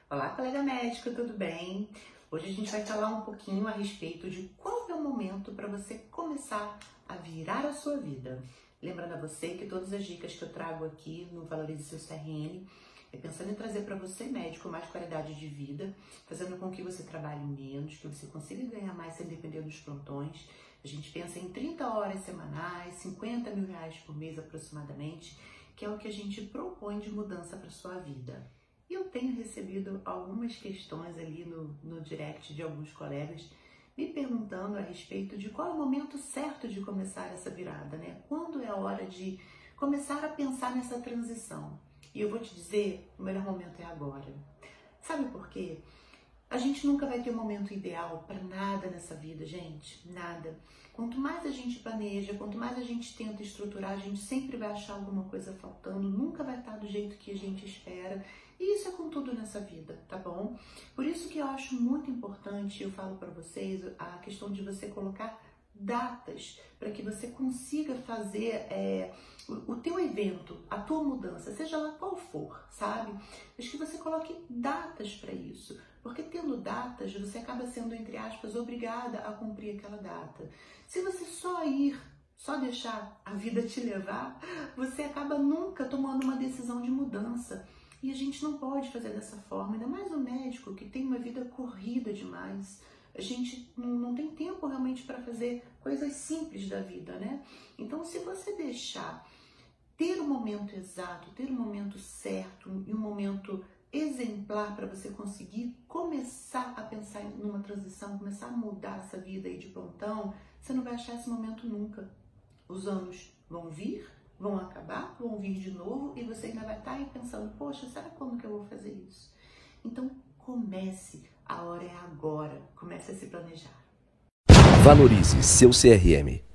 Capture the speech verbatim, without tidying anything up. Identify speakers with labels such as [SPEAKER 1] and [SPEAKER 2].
[SPEAKER 1] Olá, colega médico, tudo bem? Hoje a gente vai falar um pouquinho a respeito de qual é o momento para você começar a virar a sua vida. Lembrando a você que todas as dicas que eu trago aqui no Valorize Seu C R M é pensando em trazer para você, médico, mais qualidade de vida, fazendo com que você trabalhe menos, que você consiga ganhar mais sem depender dos plantões. A gente pensa em trinta horas semanais, cinquenta mil reais por mês aproximadamente, que é o que a gente propõe de mudança para sua vida. E eu tenho recebido algumas questões ali no, no direct de alguns colegas me perguntando a respeito de qual é o momento certo de começar essa virada, né? Quando é a hora de começar a pensar nessa transição? E eu vou te dizer, o melhor momento é agora. Sabe por quê? A gente nunca vai ter um momento ideal para nada nessa vida, gente, nada. Quanto mais a gente planeja, quanto mais a gente tenta estruturar, a gente sempre vai achar alguma coisa faltando, nunca vai estar do jeito que a gente espera. E isso é com tudo nessa vida, tá bom? Por isso que eu acho muito importante, eu falo para vocês, a questão de você colocar datas para que você consiga fazer é, o, o teu evento, a tua mudança, seja lá qual for, sabe? Mas que você coloque datas para isso, porque tendo datas, você acaba sendo, entre aspas, obrigada a cumprir aquela data. Se você só ir, só deixar a vida te levar, você acaba nunca tomando uma decisão de mudança. E a gente não pode fazer dessa forma, ainda mais o médico que tem uma vida corrida demais. A gente não, não tem tempo realmente para fazer coisas simples da vida, né? Então, se você deixar ter o momento exato, ter o momento certo e um momento exemplar para você conseguir começar a pensar numa transição, começar a mudar essa vida aí de plantão, você não vai achar esse momento nunca. Os anos vão vir, vão acabar, vão vir de novo e você ainda vai estar aí pensando, poxa, será quando que eu vou fazer isso? Então, comece, a hora é agora, comece a se planejar.
[SPEAKER 2] Valorize seu C R M.